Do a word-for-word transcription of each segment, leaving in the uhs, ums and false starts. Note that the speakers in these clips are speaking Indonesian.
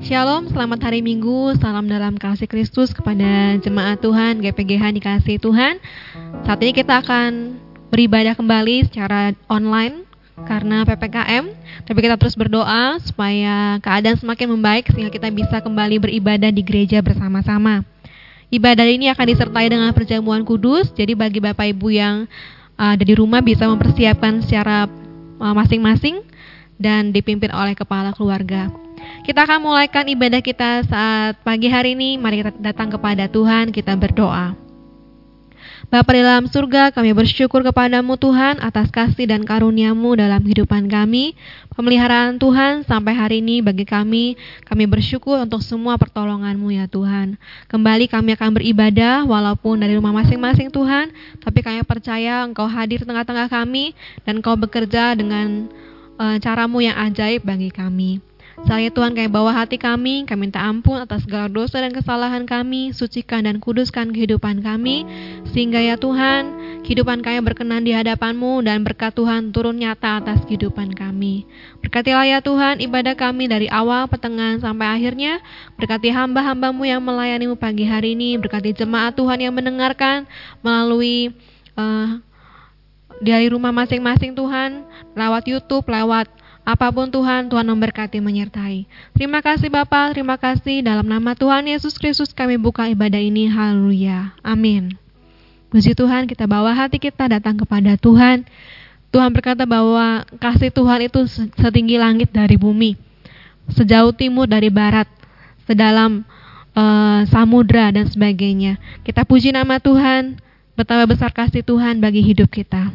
Shalom, selamat hari Minggu, salam dalam kasih Kristus kepada jemaat Tuhan, G P G H dikasih Tuhan. Saat ini kita akan beribadah kembali secara online karena P P K M, tapi kita terus berdoa supaya keadaan semakin membaik sehingga kita bisa kembali beribadah di gereja bersama-sama. Ibadah ini akan disertai dengan perjamuan kudus, jadi bagi Bapak Ibu yang ada di rumah bisa mempersiapkan secara masing-masing dan dipimpin oleh kepala keluarga. Kita akan mulaikan ibadah kita saat pagi hari ini. Mari kita datang kepada Tuhan, kita berdoa. Bapa di dalam surga, kami bersyukur kepadamu Tuhan atas kasih dan karunia-Mu dalam kehidupan kami. Pemeliharaan Tuhan sampai hari ini bagi kami, kami bersyukur untuk semua pertolongan-Mu ya Tuhan. Kembali kami akan beribadah walaupun dari rumah masing-masing Tuhan, tapi kami percaya Engkau hadir di tengah-tengah kami dan Engkau bekerja dengan uh, cara-Mu yang ajaib bagi kami. Saya Tuhan, kami bawa hati kami, kami minta ampun atas segala dosa dan kesalahan kami, sucikan dan kuduskan kehidupan kami, sehingga ya Tuhan, kehidupan kami berkenan di hadapan-Mu dan berkat Tuhan turun nyata atas kehidupan kami. Berkatilah ya Tuhan ibadah kami dari awal, pertengahan sampai akhirnya, berkati hamba-hamba-Mu yang melayani-Mu pagi hari ini, berkati jemaat Tuhan yang mendengarkan melalui uh, dari rumah masing-masing Tuhan, lewat YouTube, lewat apapun Tuhan, Tuhan memberkati menyertai. Terima kasih Bapa, terima kasih dalam nama Tuhan Yesus Kristus kami buka ibadah ini. Haleluya. Amin. Puji Tuhan, kita bawa hati kita datang kepada Tuhan. Tuhan berkata bahwa kasih Tuhan itu setinggi langit dari bumi, sejauh timur dari barat, sedalam uh, samudra dan sebagainya. Kita puji nama Tuhan, betapa besar kasih Tuhan bagi hidup kita.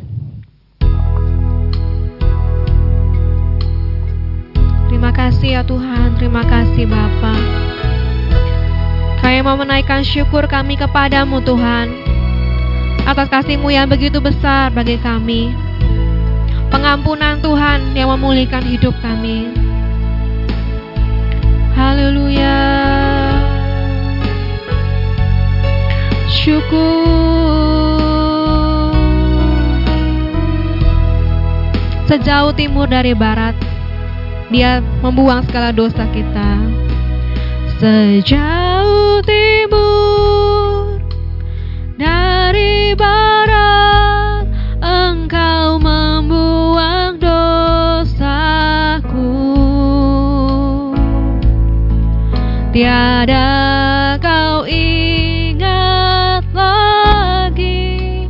Terima kasih ya Tuhan, terima kasih Bapa. Kami mau menaikkan syukur kami kepadamu Tuhan, atas kasih-Mu yang begitu besar bagi kami. Pengampunan Tuhan yang memulihkan hidup kami. Haleluya. Syukur. Sejauh timur dari barat, Dia membuang segala dosa kita. Sejauh timur dari barat, Engkau membuang dosaku. Tiada Kau ingat lagi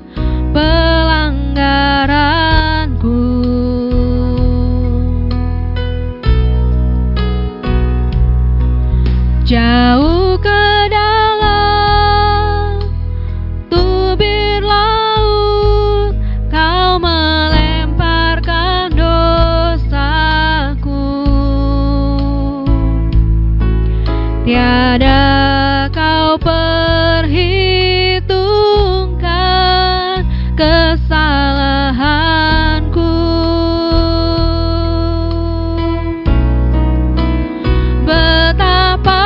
pelanggaranku. Jauh ke dalam tubir laut, Kau melemparkan dosaku. Tiada Kau perhitungkan kesalahanku. Betapa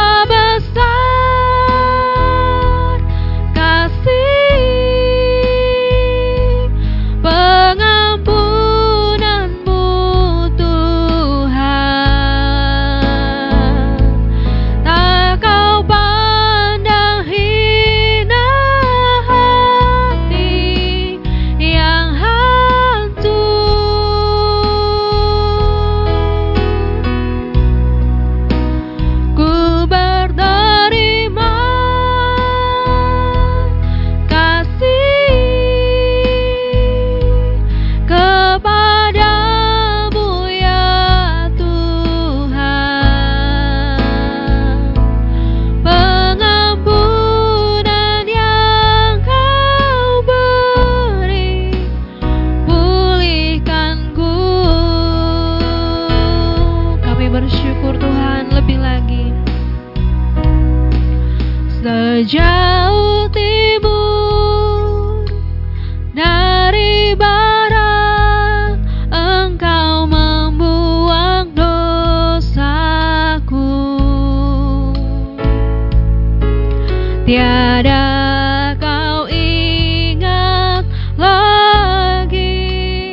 sejauh timur dari barat, Engkau membuang dosaku. Tiada Kau ingat lagi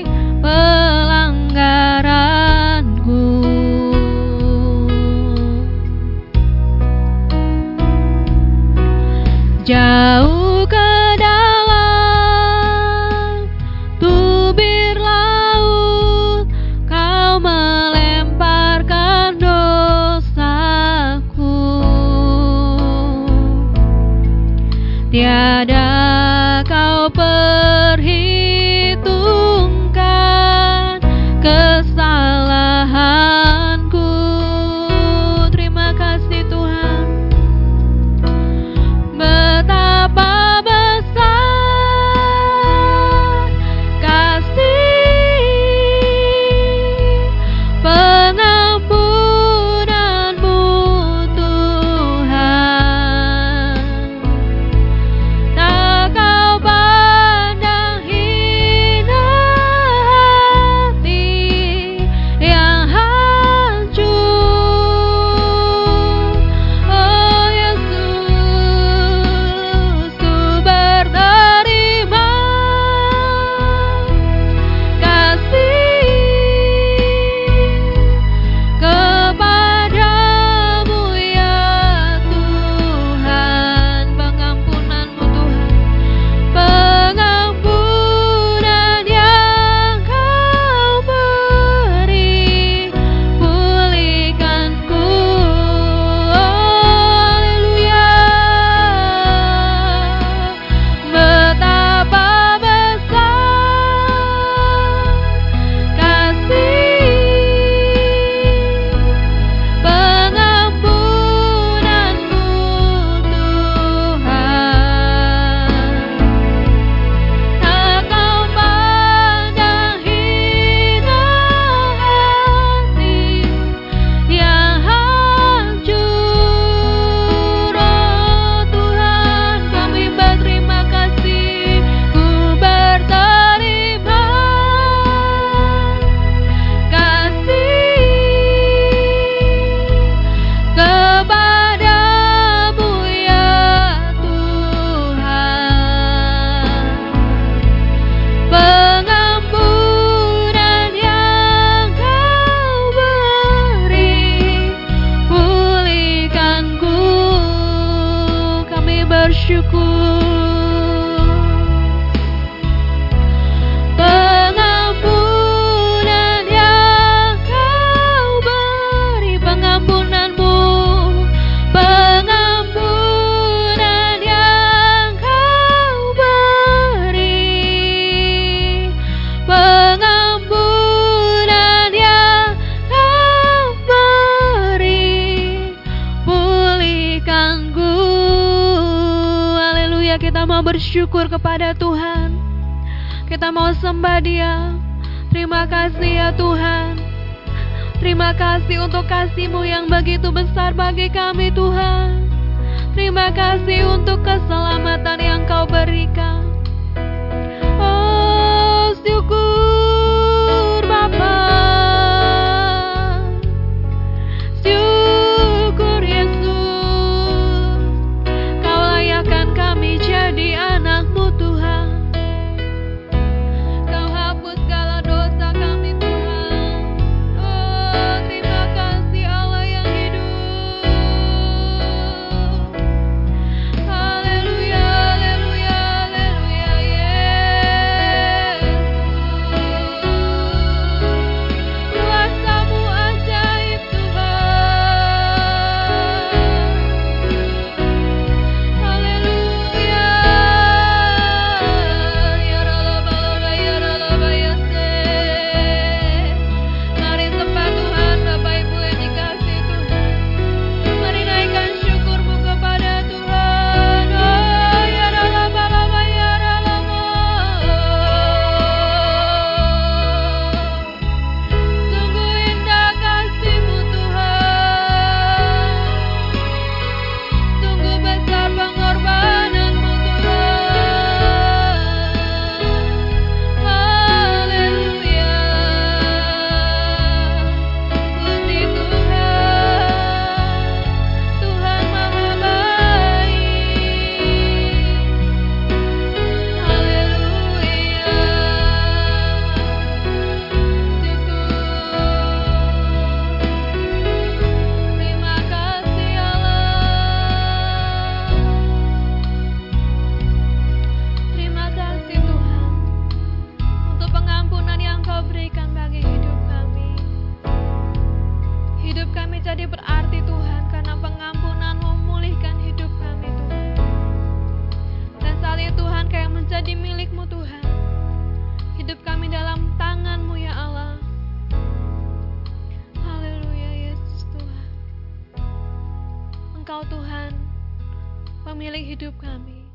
pelanggaranku. bersyukur kepada Tuhan. Kita mau sembah Dia. Terima kasih ya Tuhan. Terima kasih untuk kasih-Mu yang begitu besar bagi kami Tuhan. Terima kasih untuk keselamatan yang Kau berikan. Oh, syukur Bapa. Syukur Yesus. Kau layakkan kami jadi anak-Mu Tuhan. Kau hapus segala dosa kami Tuhan. Oh, terima kasih Allah yang hidup. Haleluya, haleluya, haleluya, Yesus. Kuasa-Mu ajaib Tuhan. Haleluya. Ya Ralaba, ya Ralaba, ya Se. Mari sembah Tuhan, Bapak Ibu yang dikasihi Tuhan. Mari naikkan syukur-Mu kepada Tuhan. Oh, ya Ralaba, Ralaba, ya Ralaba. Sungguh indah kasih-Mu Tuhan. Sungguh besar pengorbanan-Mu Tuhan. Haleluya. Puji Tuhan. Tuhan Maha baik. Haleluya. Syukur. Terima kasih Allah. Terima kasih Tuhan untuk pengampunan yang Kau berikan bagi hidup kami. Hidup kami jadi berarti Tuhan karena pengampunan-Mu memulihkan hidup kami Tuhan. Dan saat ini Tuhan kayak menjadi milik-Mu Tuhan. Hidup kami dalam tangan-Mu ya Allah. Haleluya Yesus Tuhan. Engkau Tuhan pemilik hidup kami.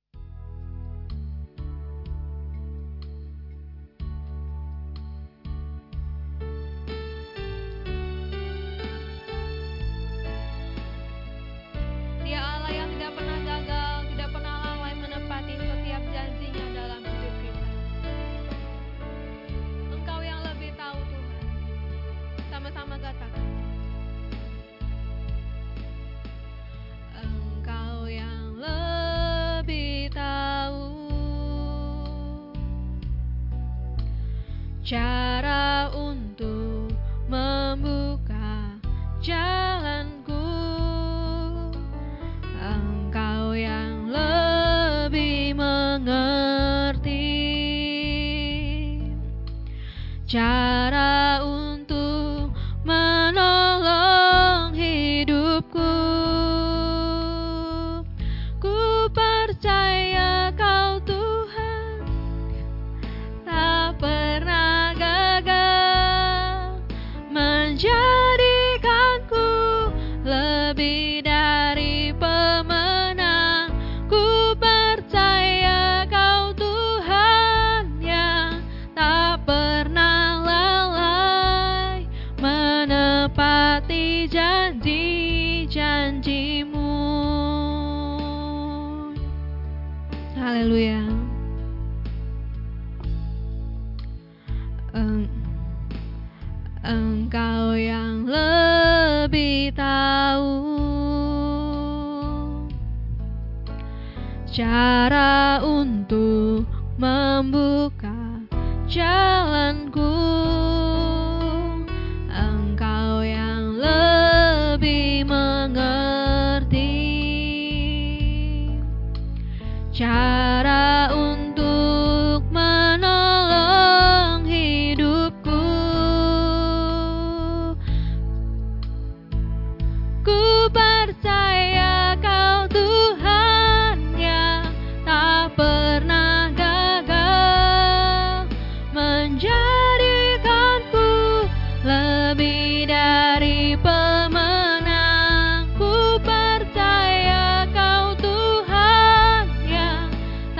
Dia Allah yang tidak pernah gagal, tidak pernah lalai menepati setiap janji-Nya dalam hidup kita. Engkau yang lebih tahu Tuhan. Sama-sama katakan. Engkau yang lebih tahu cara untuk membuka jalanku. Engkau yang lebih mengerti cara untuk menolong hidupku. Ku percaya Kau Tuhan tak pernah gagal menjadikanku lebih dari pemenang. Ku percaya Kau Tuhan yang tak pernah lalai menepati janji-janji-Mu. Haleluya. Eng- Engkau yang lebih tahu cara untuk membuka jalanku. Engkau yang lebih mengerti cara untuk menolong hidupku. Ku percaya Kau Tuhan yang tak pernah gagal menjadikanku lebih dari pemenang. Ku percaya Kau Tuhan yang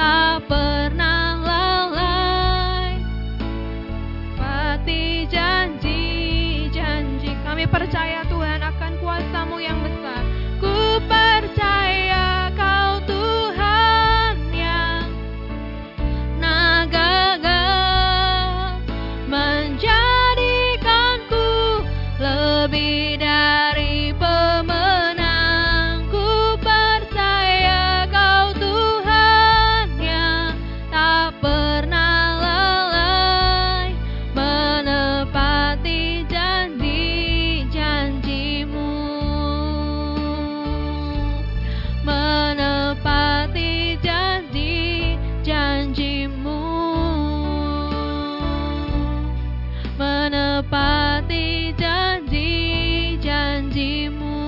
menepati janji-janji-Mu.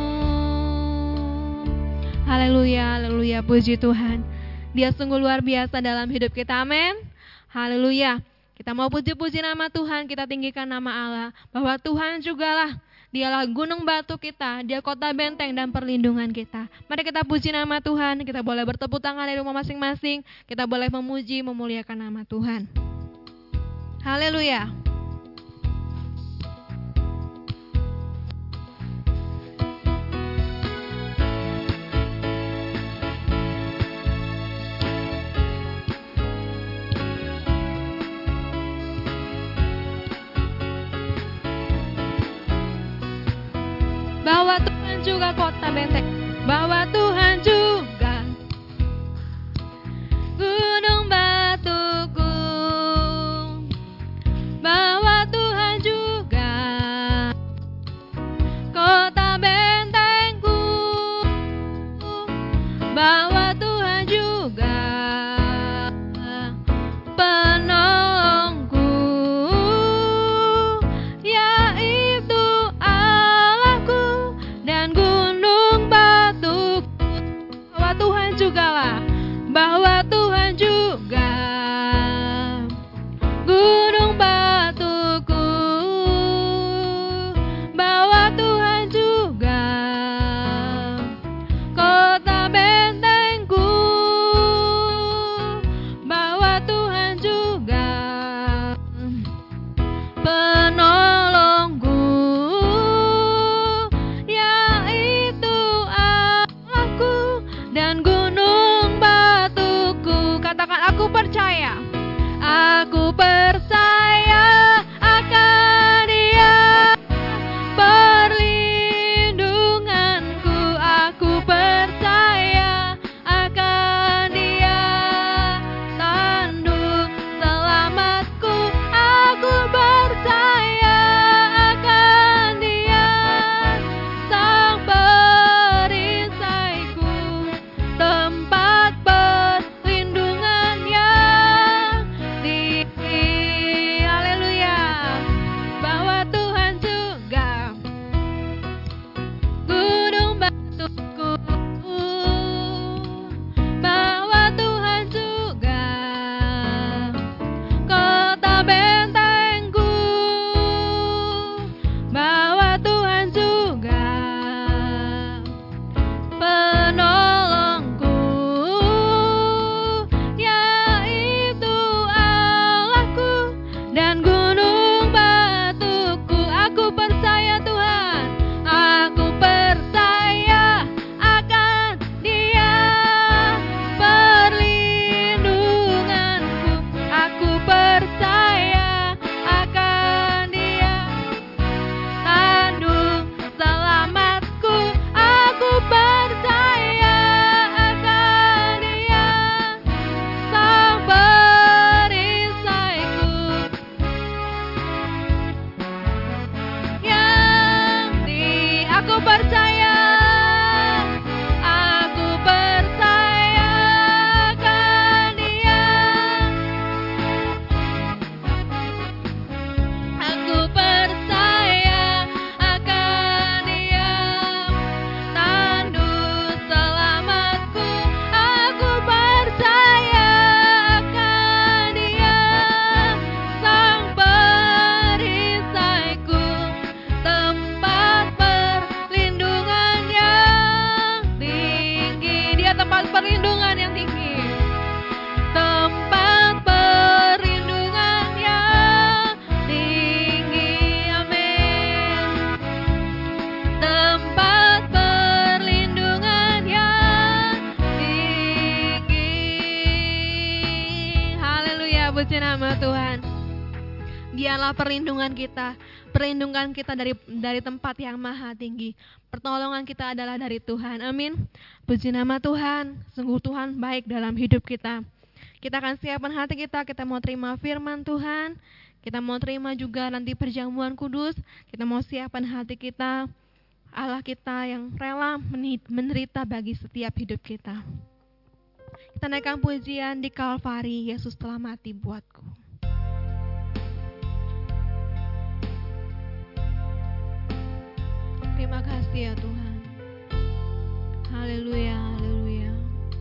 Haleluya, haleluya, puji Tuhan. Dia sungguh luar biasa dalam hidup kita, amin. Haleluya. Kita mau puji-puji nama Tuhan, kita tinggikan nama Allah, bahwa Tuhan jugalah, Dialah gunung batu kita, Dia kota benteng dan perlindungan kita. Mari kita puji nama Tuhan, kita boleh bertepuk tangan di rumah masing-masing, kita boleh memuji, memuliakan nama Tuhan. Haleluya. Bahwa Tuhan juga kota benteng, bahwa Tuhan juga gunung batuku, bahwa Tuhan juga kota bentengku, bahwa Tuhan juga penolongku, yaitu Allahku dan gunung batuku. Bahwa Tuhan jugalah, bahwa Tuhan juga gunung batuku, bahwa Tuhan juga kota bentengku, bahwa Tuhan juga penolongku, yaitu Allahku dan gunung batuku. Katakan, aku percaya, aku percaya akan Dia, perlindunganku. Aku percaya akan Dia, tanduk selamatku. Aku percaya akan Dia, sang perisaiku, tempat perlindungan yang tinggi. Haleluya. Bahwa Tuhan juga gunung batuku, bahwa Tuhan juga kota bentengku, bahwa Tuhan juga penolongku, yaitu Allahku dan gunung batuku. Aku percaya Tuhan, aku percaya akan Dia, perlindunganku. Aku percaya akan Dia, tanduk selamatku. Aku percaya akan Dia, sang perisaiku yang di. Aku percaya, aku percaya akan Dia, aku percaya akan Dia, tanduk selamatku. Aku percaya akan Dia, sang perisaiku, tempat perlindungan yang tinggi. Dia tempat perlindungan yang tinggi, tempat perlindungan yang tinggi. Amin. Tempat perlindungan yang tinggi. Haleluya, puji nama Tuhan. Dialah perlindungan kita, perlindungan kita dari dari tempat yang maha tinggi. Pertolongan kita adalah dari Tuhan. Amin. Puji nama Tuhan. Sungguh Tuhan baik dalam hidup kita. Kita akan siapkan hati kita, kita mau terima firman Tuhan. Kita mau terima juga nanti perjamuan kudus. Kita mau siapkan hati kita, Allah kita yang rela menderita bagi setiap hidup kita. Kita naikkan pujian di Kalvari, Yesus telah mati buatku. kasih ya Tuhan. Haleluya, haleluya.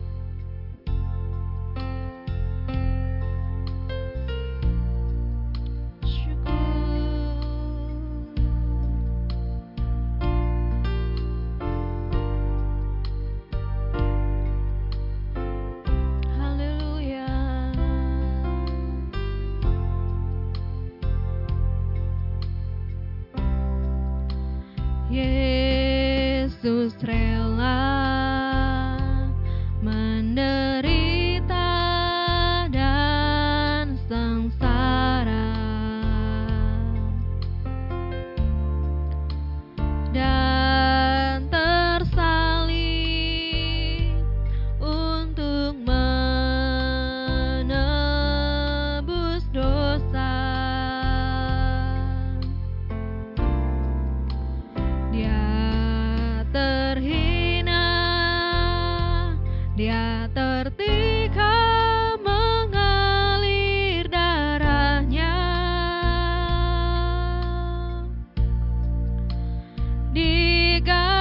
Yesus rela menderita dan sengsara dan tersalib untuk menebus dosa. Dia tertika mengalir darahnya di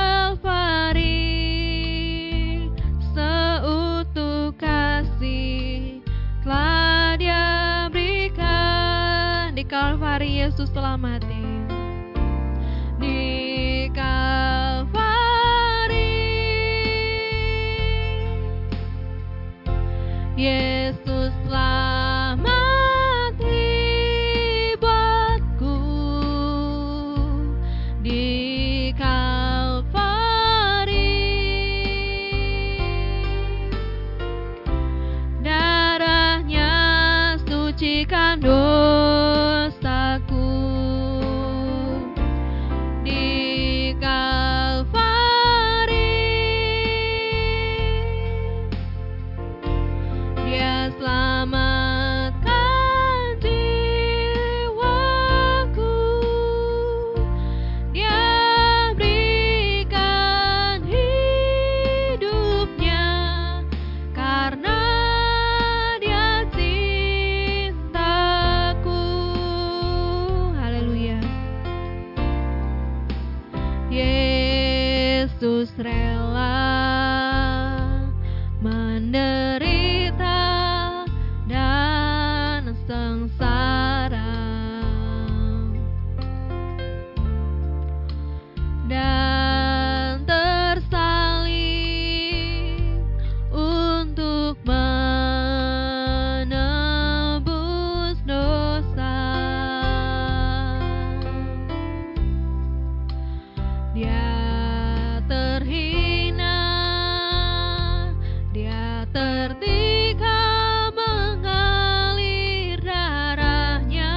Kalvari, seutuh kasih telah Dia berikan. Di Kalvari Yesus telah mati. Di Kalvari Yesus telah mati buatku. Di Kalvari darahnya sucikan dosaku. Di Kalvari Dia selamatkan jiwaku. Dia berikan hidupnya karena Dia cintaku. Haleluya. Yesus rela menderita dan sengsara dan tersalib untuk menebus dosa. Dia terhina, Dia tertika mengalir darahnya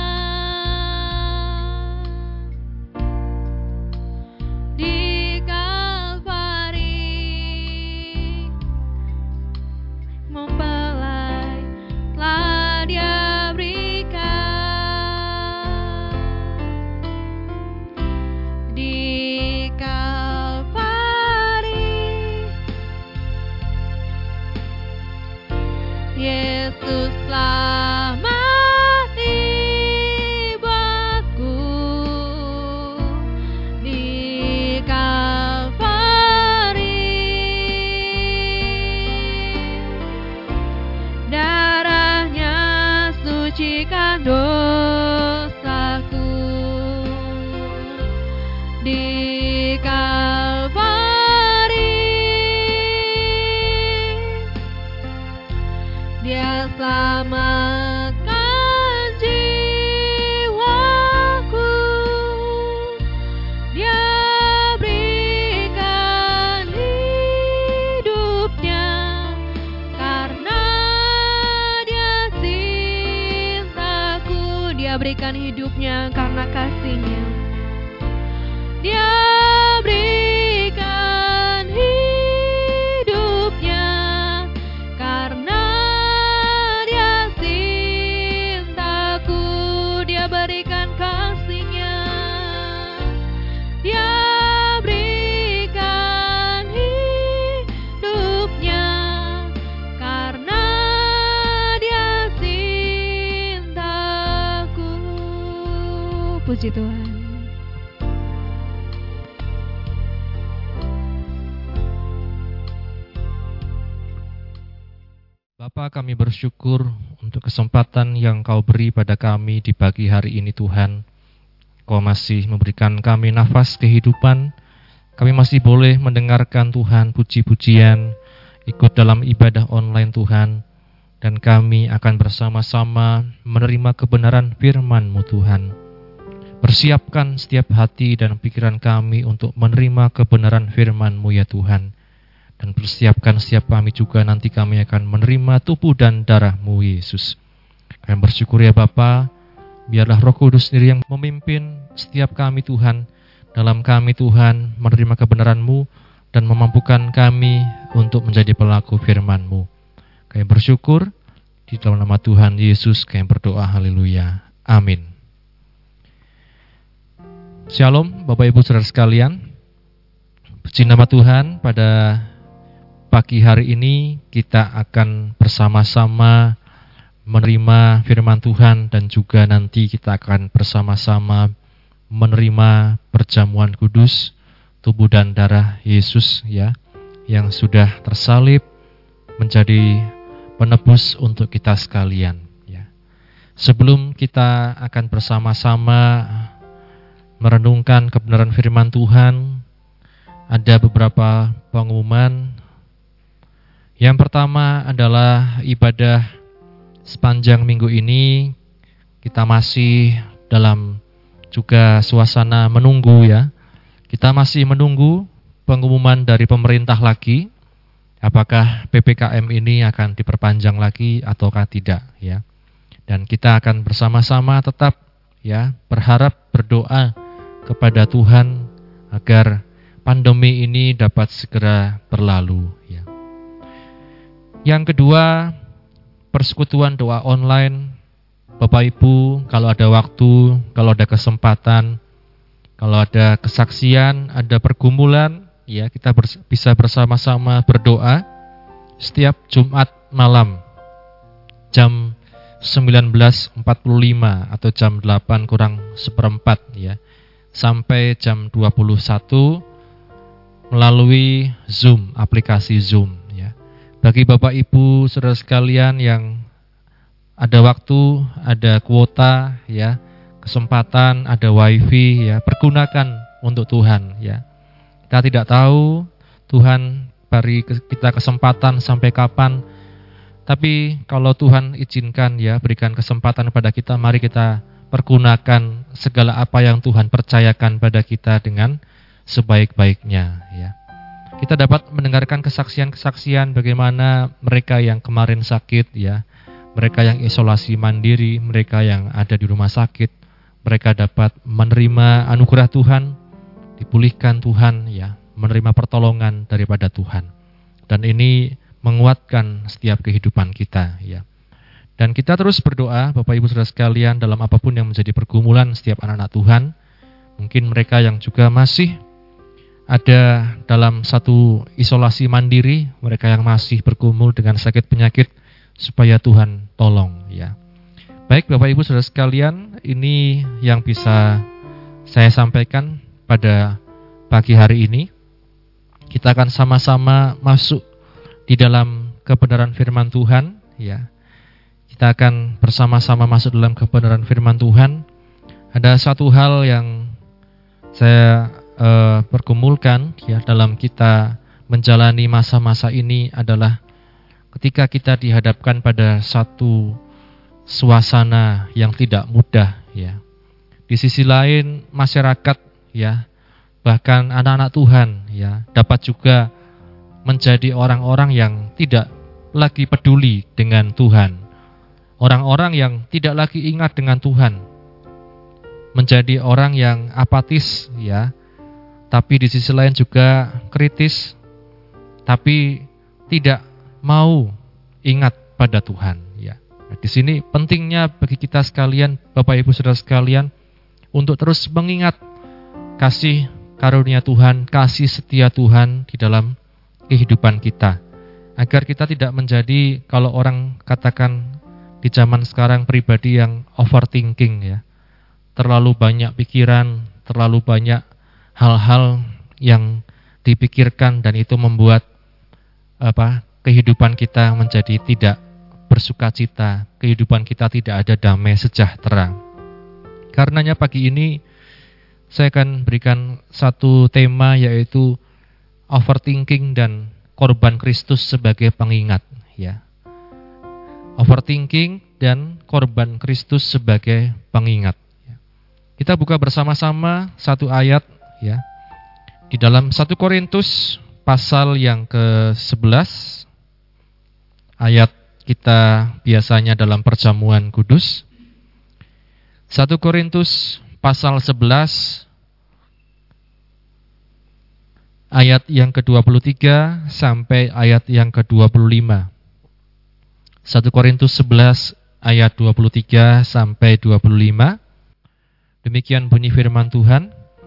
di Kalvari. Mempelai telah Dia berikan. Di Kalvari Yesus telah mati buatku. Di Kalvari darahnya sucikan dosaku. Di Kalvari Dia selamatkan jiwaku. Dia berikan hidupnya karena Dia cintaku. Dia berikan hidupnya karena kasih-Nya. Dia berikan hidupnya karena Dia cintaku. Dia berikan kasih-Nya. Dia berikan hidupnya karena Dia cintaku. Puji Tuhan. Bapa, kami bersyukur untuk kesempatan yang Kau beri pada kami di pagi hari ini Tuhan. Kau masih memberikan kami nafas kehidupan. Kami masih boleh mendengarkan Tuhan puji-pujian, ikut dalam ibadah online Tuhan. Dan kami akan bersama-sama menerima kebenaran firman-Mu Tuhan. Persiapkan setiap hati dan pikiran kami untuk menerima kebenaran firman-Mu ya Tuhan. Dan persiapkan setiap kami juga nanti kami akan menerima tubuh dan darah-Mu Yesus. Kami bersyukur ya Bapa, biarlah Roh Kudus sendiri yang memimpin setiap kami Tuhan, dalam kami Tuhan menerima kebenaran-Mu dan memampukan kami untuk menjadi pelaku firman-Mu. Kami bersyukur di dalam nama Tuhan Yesus kami berdoa, haleluya, amin. Shalom Bapak Ibu Saudara sekalian, puji nama Tuhan. Pada pagi hari ini kita akan bersama-sama menerima firman Tuhan dan juga nanti kita akan bersama-sama menerima perjamuan kudus tubuh dan darah Yesus ya, yang sudah tersalib menjadi penebus untuk kita sekalian ya. Sebelum kita akan bersama-sama merenungkan kebenaran firman Tuhan, ada beberapa pengumuman. Yang pertama adalah ibadah sepanjang minggu ini kita masih dalam juga suasana menunggu ya. Kita masih menunggu pengumuman dari pemerintah lagi, apakah P P K M ini akan diperpanjang lagi ataukah tidak ya. Dan kita akan bersama-sama tetap ya berharap, berdoa kepada Tuhan agar pandemi ini dapat segera berlalu ya. Yang kedua, persekutuan doa online. Bapak Ibu, kalau ada waktu, kalau ada kesempatan, kalau ada kesaksian, ada pergumulan, ya kita bers- bisa bersama-sama berdoa setiap Jumat malam jam sembilan belas empat puluh lima atau jam delapan kurang seperempat ya, sampai jam dua puluh satu melalui Zoom, aplikasi Zoom. Bagi Bapak Ibu Saudara sekalian yang ada waktu, ada kuota ya, kesempatan, ada wifi ya, pergunakan untuk Tuhan ya. Kita tidak tahu Tuhan beri kita kesempatan sampai kapan, tapi kalau Tuhan izinkan ya, berikan kesempatan kepada kita, mari kita pergunakan segala apa yang Tuhan percayakan pada kita dengan sebaik-baiknya ya. Kita dapat mendengarkan kesaksian-kesaksian bagaimana mereka yang kemarin sakit ya, mereka yang isolasi mandiri, mereka yang ada di rumah sakit, mereka dapat menerima anugerah Tuhan, dipulihkan Tuhan ya, menerima pertolongan daripada Tuhan. Dan ini menguatkan setiap kehidupan kita ya. Dan kita terus berdoa Bapak Ibu Saudara sekalian dalam apapun yang menjadi pergumulan setiap anak-anak Tuhan. Mungkin mereka yang juga masih ada dalam satu isolasi mandiri, mereka yang masih bergumul dengan sakit penyakit, supaya Tuhan tolong ya. Baik Bapak Ibu Saudara sekalian, ini yang bisa saya sampaikan pada pagi hari ini. Kita akan sama-sama masuk di dalam kebenaran firman Tuhan ya. Kita akan bersama-sama masuk dalam kebenaran firman Tuhan. Ada satu hal yang saya Uh, pergumulkan ya dalam kita menjalani masa-masa ini adalah ketika kita dihadapkan pada satu suasana yang tidak mudah ya. Di sisi lain masyarakat ya, bahkan anak-anak Tuhan ya, dapat juga menjadi orang-orang yang tidak lagi peduli dengan Tuhan. Orang-orang yang tidak lagi ingat dengan Tuhan. Menjadi orang yang apatis ya. Tapi di sisi lain juga kritis, tapi tidak mau ingat pada Tuhan. Ya. Nah, di sini pentingnya bagi kita sekalian, Bapak Ibu Saudara sekalian, untuk terus mengingat kasih karunia Tuhan, kasih setia Tuhan di dalam kehidupan kita, agar kita tidak menjadi, kalau orang katakan di zaman sekarang, pribadi yang overthinking ya, terlalu banyak pikiran, terlalu banyak hal-hal yang dipikirkan dan itu membuat apa kehidupan kita menjadi tidak bersukacita, kehidupan kita tidak ada damai sejahtera. Karenanya pagi ini saya akan berikan satu tema, yaitu overthinking dan korban Kristus sebagai pengingat, ya. Overthinking dan korban Kristus sebagai pengingat. Kita buka bersama-sama satu ayat, ya, di dalam satu Korintus pasal yang ke sebelas, ayat kita biasanya dalam perjamuan kudus. satu Korintus pasal sebelas, ayat yang ke dua puluh tiga sampai ayat yang ke dua puluh lima. satu Korintus sebelas ayat dua puluh tiga sampai dua puluh lima. Demikian bunyi firman Tuhan.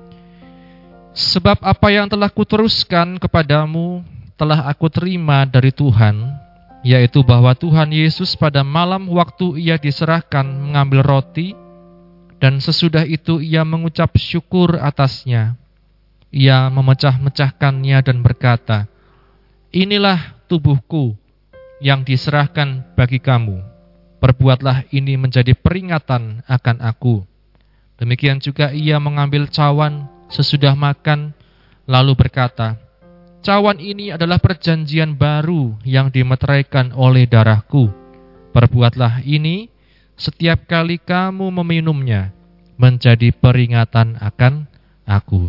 Sebab apa yang telah kuteruskan kepadamu telah aku terima dari Tuhan, yaitu bahwa Tuhan Yesus pada malam waktu ia diserahkan mengambil roti, dan sesudah itu ia mengucap syukur atasnya. Ia memecah-mecahkannya dan berkata, inilah tubuhku yang diserahkan bagi kamu. Perbuatlah ini menjadi peringatan akan aku. Demikian juga ia mengambil cawan sesudah makan, lalu berkata, cawan ini adalah perjanjian baru yang dimeteraikan oleh darahku. Perbuatlah ini setiap kali kamu meminumnya, menjadi peringatan akan aku.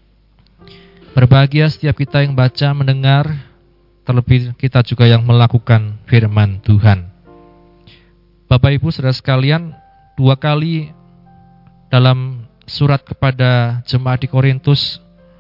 Berbahagia setiap kita yang baca, mendengar, terlebih kita juga yang melakukan firman Tuhan. Bapak Ibu saudara sekalian, dua kali dalam surat kepada jemaat di Korintus,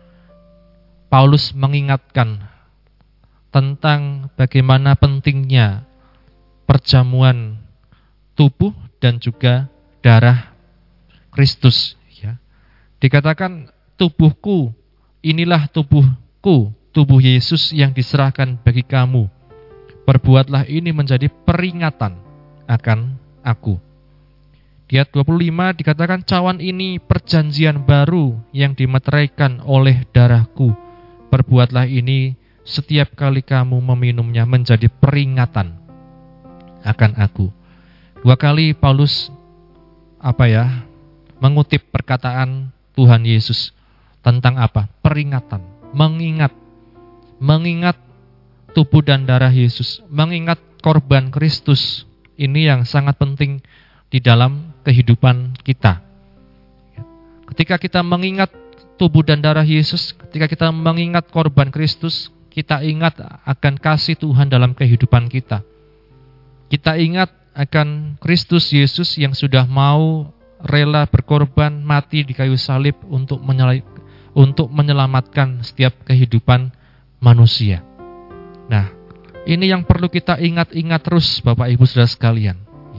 Paulus mengingatkan tentang bagaimana pentingnya perjamuan tubuh dan juga darah Kristus. Ya. Dikatakan tubuhku, inilah tubuhku, tubuh Yesus yang diserahkan bagi kamu. Perbuatlah ini menjadi peringatan akan aku. Di ayat dua puluh lima dikatakan cawan ini perjanjian baru yang dimeteraikan oleh darahku. Perbuatlah ini setiap kali kamu meminumnya menjadi peringatan akan aku. Dua kali Paulus apa ya mengutip perkataan Tuhan Yesus tentang apa? Peringatan, mengingat, mengingat tubuh dan darah Yesus, mengingat korban Kristus. Ini yang sangat penting di dalam kehidupan kita. Ketika kita mengingat tubuh dan darah Yesus, ketika kita mengingat korban Kristus, kita ingat akan kasih Tuhan dalam kehidupan kita. Kita ingat akan Kristus Yesus yang sudah mau rela berkorban, mati di kayu salib untuk menyel- untuk menyelamatkan setiap kehidupan manusia. Nah, ini yang perlu kita ingat-ingat terus Bapak Ibu saudara sekalian.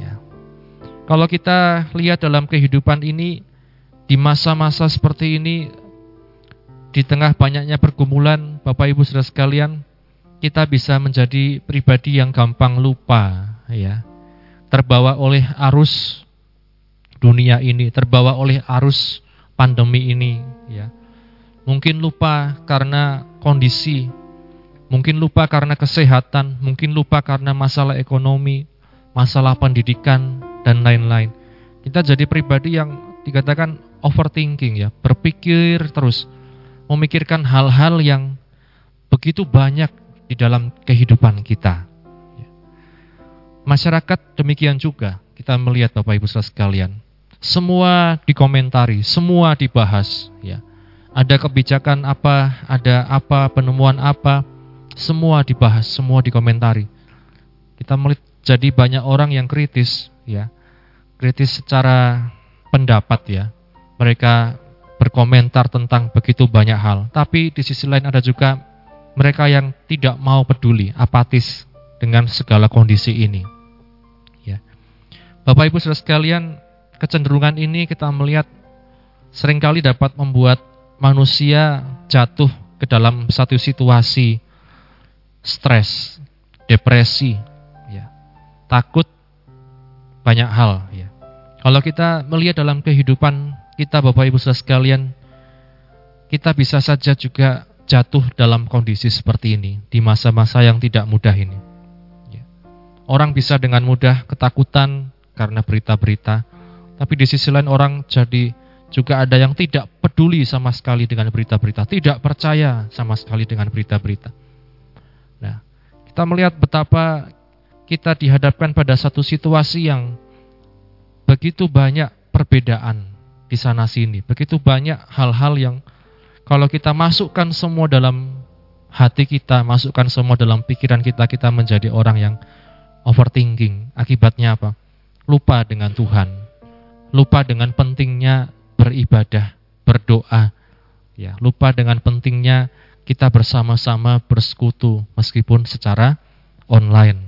Kalau kita lihat dalam kehidupan ini, di masa-masa seperti ini, di tengah banyaknya pergumulan, Bapak Ibu saudara sekalian, kita bisa menjadi pribadi yang gampang lupa, ya, terbawa oleh arus dunia ini, terbawa oleh arus pandemi ini, ya. Mungkin lupa karena kondisi, mungkin lupa karena kesehatan, mungkin lupa karena masalah ekonomi, masalah pendidikan, dan lain-lain. Kita jadi pribadi yang dikatakan overthinking, ya, berpikir terus, memikirkan hal-hal yang begitu banyak di dalam kehidupan kita. Masyarakat demikian juga, kita melihat Bapak Ibu saudara sekalian, semua dikomentari, semua dibahas, ya. Ada kebijakan apa, ada apa, penemuan apa, semua dibahas, semua dikomentari. Kita melihat jadi banyak orang yang kritis, ya, kritis secara pendapat, ya. Mereka berkomentar tentang begitu banyak hal. Tapi di sisi lain ada juga mereka yang tidak mau peduli, apatis dengan segala kondisi ini. Ya. Bapak Ibu saudara sekalian, kecenderungan ini kita melihat seringkali dapat membuat manusia jatuh ke dalam satu situasi stres, depresi, ya, takut banyak hal, ya. Kalau kita melihat dalam kehidupan kita Bapak Ibu saudara sekalian, kita bisa saja juga jatuh dalam kondisi seperti ini di masa-masa yang tidak mudah ini. Ya. orang bisa dengan mudah ketakutan karena berita-berita, tapi di sisi lain orang jadi juga ada yang tidak peduli sama sekali dengan berita-berita, tidak percaya sama sekali dengan berita-berita. Nah, kita melihat betapa kita dihadapkan pada satu situasi yang begitu banyak perbedaan di sana sini, begitu banyak hal-hal yang kalau kita masukkan semua dalam hati kita, masukkan semua dalam pikiran kita, kita menjadi orang yang overthinking. Akibatnya apa? Lupa dengan Tuhan, lupa dengan pentingnya beribadah, berdoa, ya, lupa dengan pentingnya kita bersama-sama bersekutu meskipun secara online.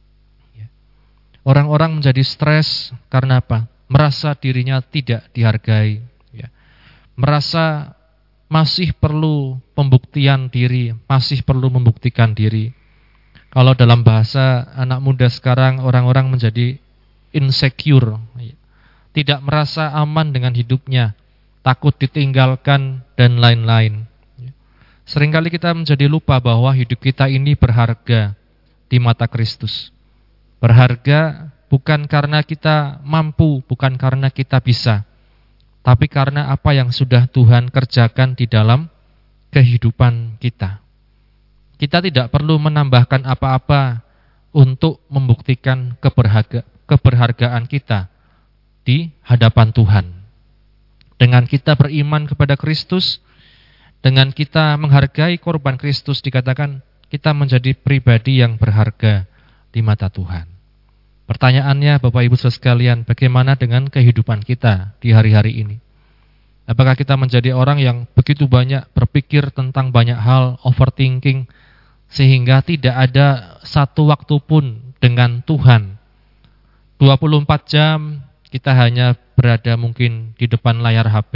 Orang-orang menjadi stres karena apa? Merasa dirinya tidak dihargai, ya. Merasa masih perlu pembuktian diri, masih perlu membuktikan diri. Kalau dalam bahasa anak muda sekarang, orang-orang menjadi insecure, ya. Tidak merasa aman dengan hidupnya, takut ditinggalkan, dan lain-lain. Seringkali kita menjadi lupa bahwa hidup kita ini berharga di mata Kristus. Berharga bukan karena kita mampu, bukan karena kita bisa, tapi karena apa yang sudah Tuhan kerjakan di dalam kehidupan kita. Kita tidak perlu menambahkan apa-apa untuk membuktikan keberharga, keberhargaan kita di hadapan Tuhan. Dengan kita beriman kepada Kristus, dengan kita menghargai korban Kristus, dikatakan kita menjadi pribadi yang berharga di mata Tuhan. Pertanyaannya, Bapak Ibu Saudara sekalian, bagaimana dengan kehidupan kita di hari-hari ini? Apakah kita menjadi orang yang begitu banyak berpikir tentang banyak hal, overthinking, sehingga tidak ada satu waktu pun dengan Tuhan? dua puluh empat jam kita hanya berada mungkin di depan layar H P.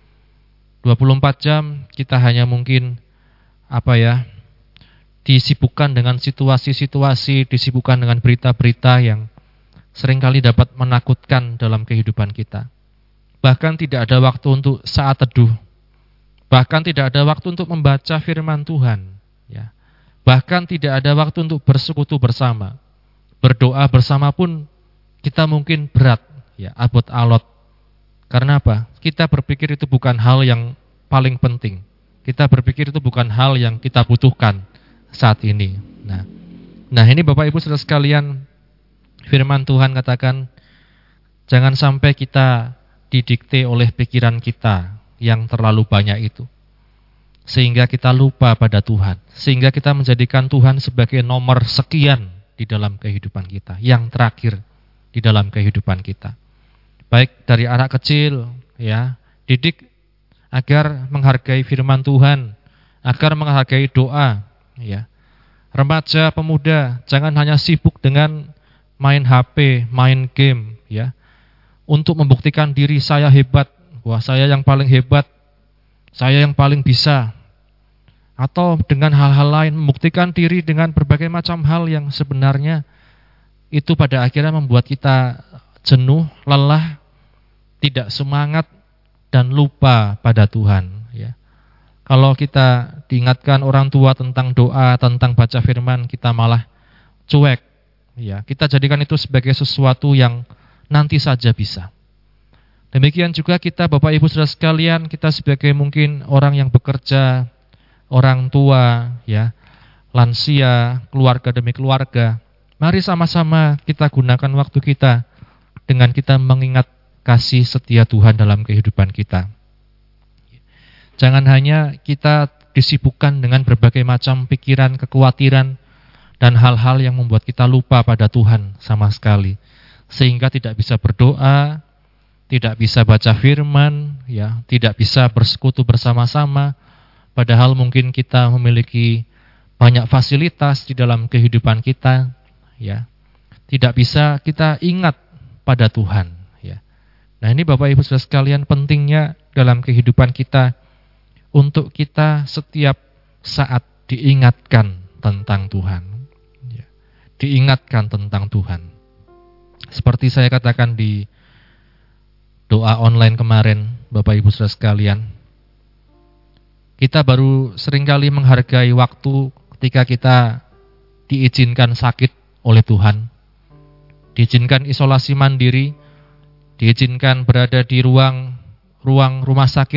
dua puluh empat jam kita hanya mungkin apa ya? disibukkan dengan situasi-situasi, disibukkan dengan berita-berita yang seringkali dapat menakutkan dalam kehidupan kita. Bahkan tidak ada waktu untuk saat teduh. Bahkan tidak ada waktu untuk membaca firman Tuhan. Ya. Bahkan tidak ada waktu untuk bersekutu bersama. Berdoa bersama pun kita mungkin berat, ya, abot alot. Karena apa? Kita berpikir itu bukan hal yang paling penting. Kita berpikir itu bukan hal yang kita butuhkan saat ini. Nah, nah ini Bapak Ibu Saudara sekalian, firman Tuhan katakan, jangan sampai kita didikte oleh pikiran kita yang terlalu banyak itu, sehingga kita lupa pada Tuhan, sehingga kita menjadikan Tuhan sebagai nomor sekian di dalam kehidupan kita, yang terakhir di dalam kehidupan kita. Baik dari anak kecil, ya, didik agar menghargai firman Tuhan, agar menghargai doa. Ya, remaja, pemuda, jangan hanya sibuk dengan main H P, main game, ya, untuk membuktikan diri saya hebat, wah saya yang paling hebat, saya yang paling bisa, atau dengan hal-hal lain, membuktikan diri dengan berbagai macam hal yang sebenarnya itu pada akhirnya membuat kita jenuh, lelah, tidak semangat, dan lupa pada Tuhan. Ya. Kalau kita diingatkan orang tua tentang doa, tentang baca firman, kita malah cuek. Ya, kita jadikan itu sebagai sesuatu yang nanti saja bisa. Demikian juga kita, Bapak Ibu Saudara sekalian, kita sebagai mungkin orang yang bekerja, orang tua, ya, lansia, keluarga demi keluarga, mari sama-sama kita gunakan waktu kita dengan kita mengingat kasih setia Tuhan dalam kehidupan kita. Jangan hanya kita disibukkan dengan berbagai macam pikiran, kekhawatiran, dan hal-hal yang membuat kita lupa pada Tuhan sama sekali. Sehingga tidak bisa berdoa, tidak bisa baca firman, ya, tidak bisa bersekutu bersama-sama. Padahal mungkin kita memiliki banyak fasilitas di dalam kehidupan kita, ya. Tidak bisa kita ingat pada Tuhan, ya. Nah, ini Bapak Ibu Saudara sekalian, pentingnya dalam kehidupan kita untuk kita setiap saat diingatkan tentang Tuhan, ya. Diingatkan tentang Tuhan. Seperti saya katakan di doa online kemarin, Bapak Ibu Saudara sekalian, kita baru seringkali menghargai waktu ketika kita diizinkan sakit oleh Tuhan. diizinkan isolasi mandiri, diizinkan berada di ruang ruang rumah sakit.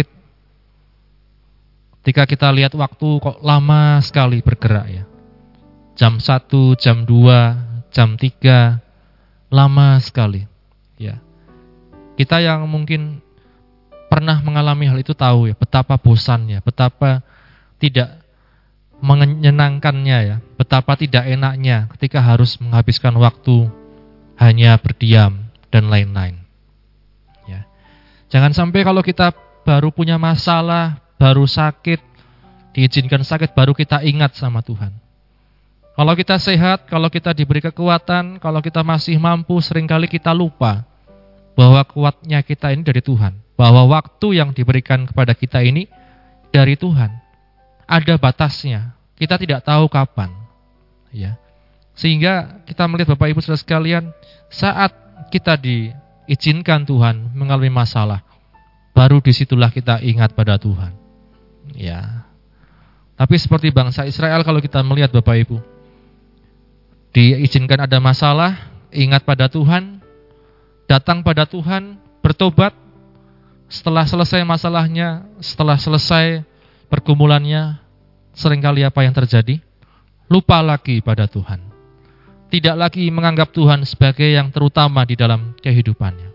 Ketika kita lihat waktu kok lama sekali bergerak ya. Jam satu, jam dua, jam tiga, lama sekali. Ya. Kita yang mungkin pernah mengalami hal itu tahu ya, betapa bosannya, betapa tidak menyenangkannya ya, betapa tidak enaknya ketika harus menghabiskan waktu hanya berdiam dan lain-lain. Ya. Jangan sampai kalau kita baru punya masalah, baru sakit, diizinkan sakit, baru kita ingat sama Tuhan. Kalau kita sehat, kalau kita diberi kekuatan, kalau kita masih mampu, seringkali kita lupa bahwa kuatnya kita ini dari Tuhan. Bahwa waktu yang diberikan kepada kita ini dari Tuhan. Ada batasnya, kita tidak tahu kapan, ya. Sehingga kita melihat Bapak Ibu Saudara sekalian, saat kita diizinkan Tuhan mengalami masalah, baru disitulah kita ingat pada Tuhan, ya. Tapi seperti bangsa Israel, kalau kita melihat Bapak Ibu, diizinkan ada masalah, ingat pada Tuhan, datang pada Tuhan, bertobat. Setelah selesai masalahnya, setelah selesai pergumulannya, seringkali apa yang terjadi? Lupa lagi pada Tuhan. Tidak lagi menganggap Tuhan sebagai yang terutama di dalam kehidupannya.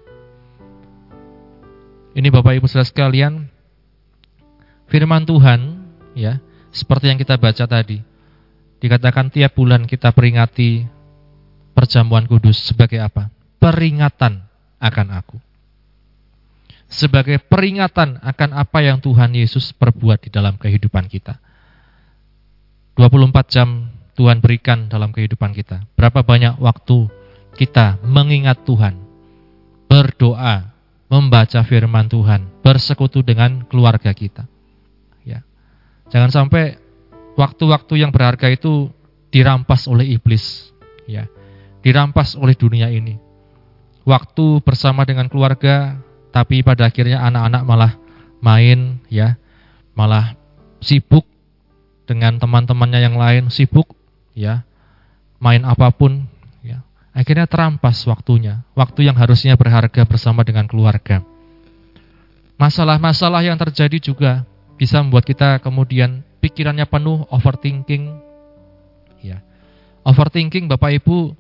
Ini Bapak Ibu Saudara sekalian, firman Tuhan, ya, seperti yang kita baca tadi. Dikatakan tiap bulan kita peringati perjamuan kudus sebagai apa? Peringatan akan aku. Sebagai peringatan akan apa yang Tuhan Yesus perbuat di dalam kehidupan kita. dua puluh empat jam Tuhan berikan dalam kehidupan kita. Berapa banyak waktu kita mengingat Tuhan, berdoa, membaca firman Tuhan, bersekutu dengan keluarga kita. Ya. Jangan sampai waktu-waktu yang berharga itu dirampas oleh iblis, ya. Dirampas oleh dunia ini. Waktu bersama dengan keluarga, tapi pada akhirnya anak-anak malah main, ya, malah sibuk dengan teman-temannya yang lain, sibuk, ya, main apapun, ya. Akhirnya terampas waktunya, waktu yang harusnya berharga bersama dengan keluarga. Masalah-masalah yang terjadi juga bisa membuat kita kemudian pikirannya penuh overthinking, ya. Overthinking, Bapak Ibu,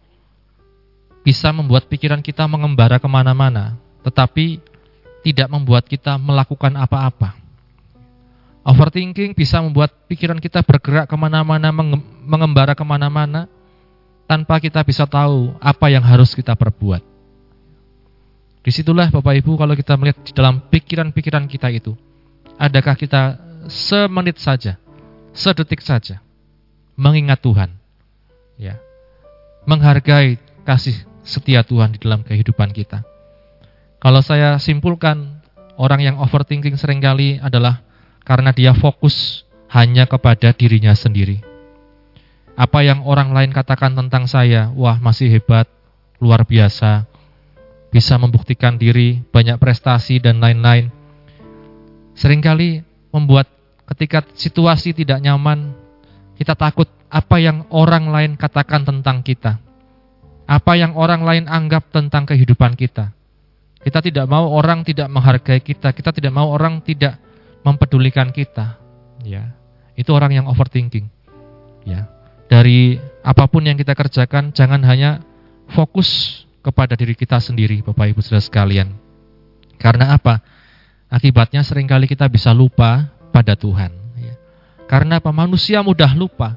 bisa membuat pikiran kita mengembara kemana-mana, tetapi tidak membuat kita melakukan apa-apa. Overthinking bisa membuat pikiran kita bergerak kemana-mana, mengembara kemana-mana, tanpa kita bisa tahu apa yang harus kita perbuat. Disitulah Bapak Ibu, kalau kita melihat di dalam pikiran-pikiran kita itu, adakah kita semenit saja, sedetik saja, mengingat Tuhan, ya, menghargai kasih setia Tuhan di dalam kehidupan kita. Kalau saya simpulkan, orang yang overthinking seringkali adalah karena dia fokus hanya kepada dirinya sendiri. Apa yang orang lain katakan tentang saya, wah masih hebat, luar biasa, bisa membuktikan diri, banyak prestasi dan lain-lain. Seringkali membuat ketika situasi tidak nyaman, kita takut apa yang orang lain katakan tentang kita. Apa yang orang lain anggap tentang kehidupan kita. Kita tidak mau orang tidak menghargai kita, kita tidak mau orang tidak mempedulikan kita. Ya, itu orang yang overthinking. Ya, dari apapun yang kita kerjakan, jangan hanya fokus kepada diri kita sendiri, Bapak Ibu Saudara sekalian. Karena apa? Akibatnya seringkali kita bisa lupa pada Tuhan. Ya. Karena apa? Manusia mudah lupa.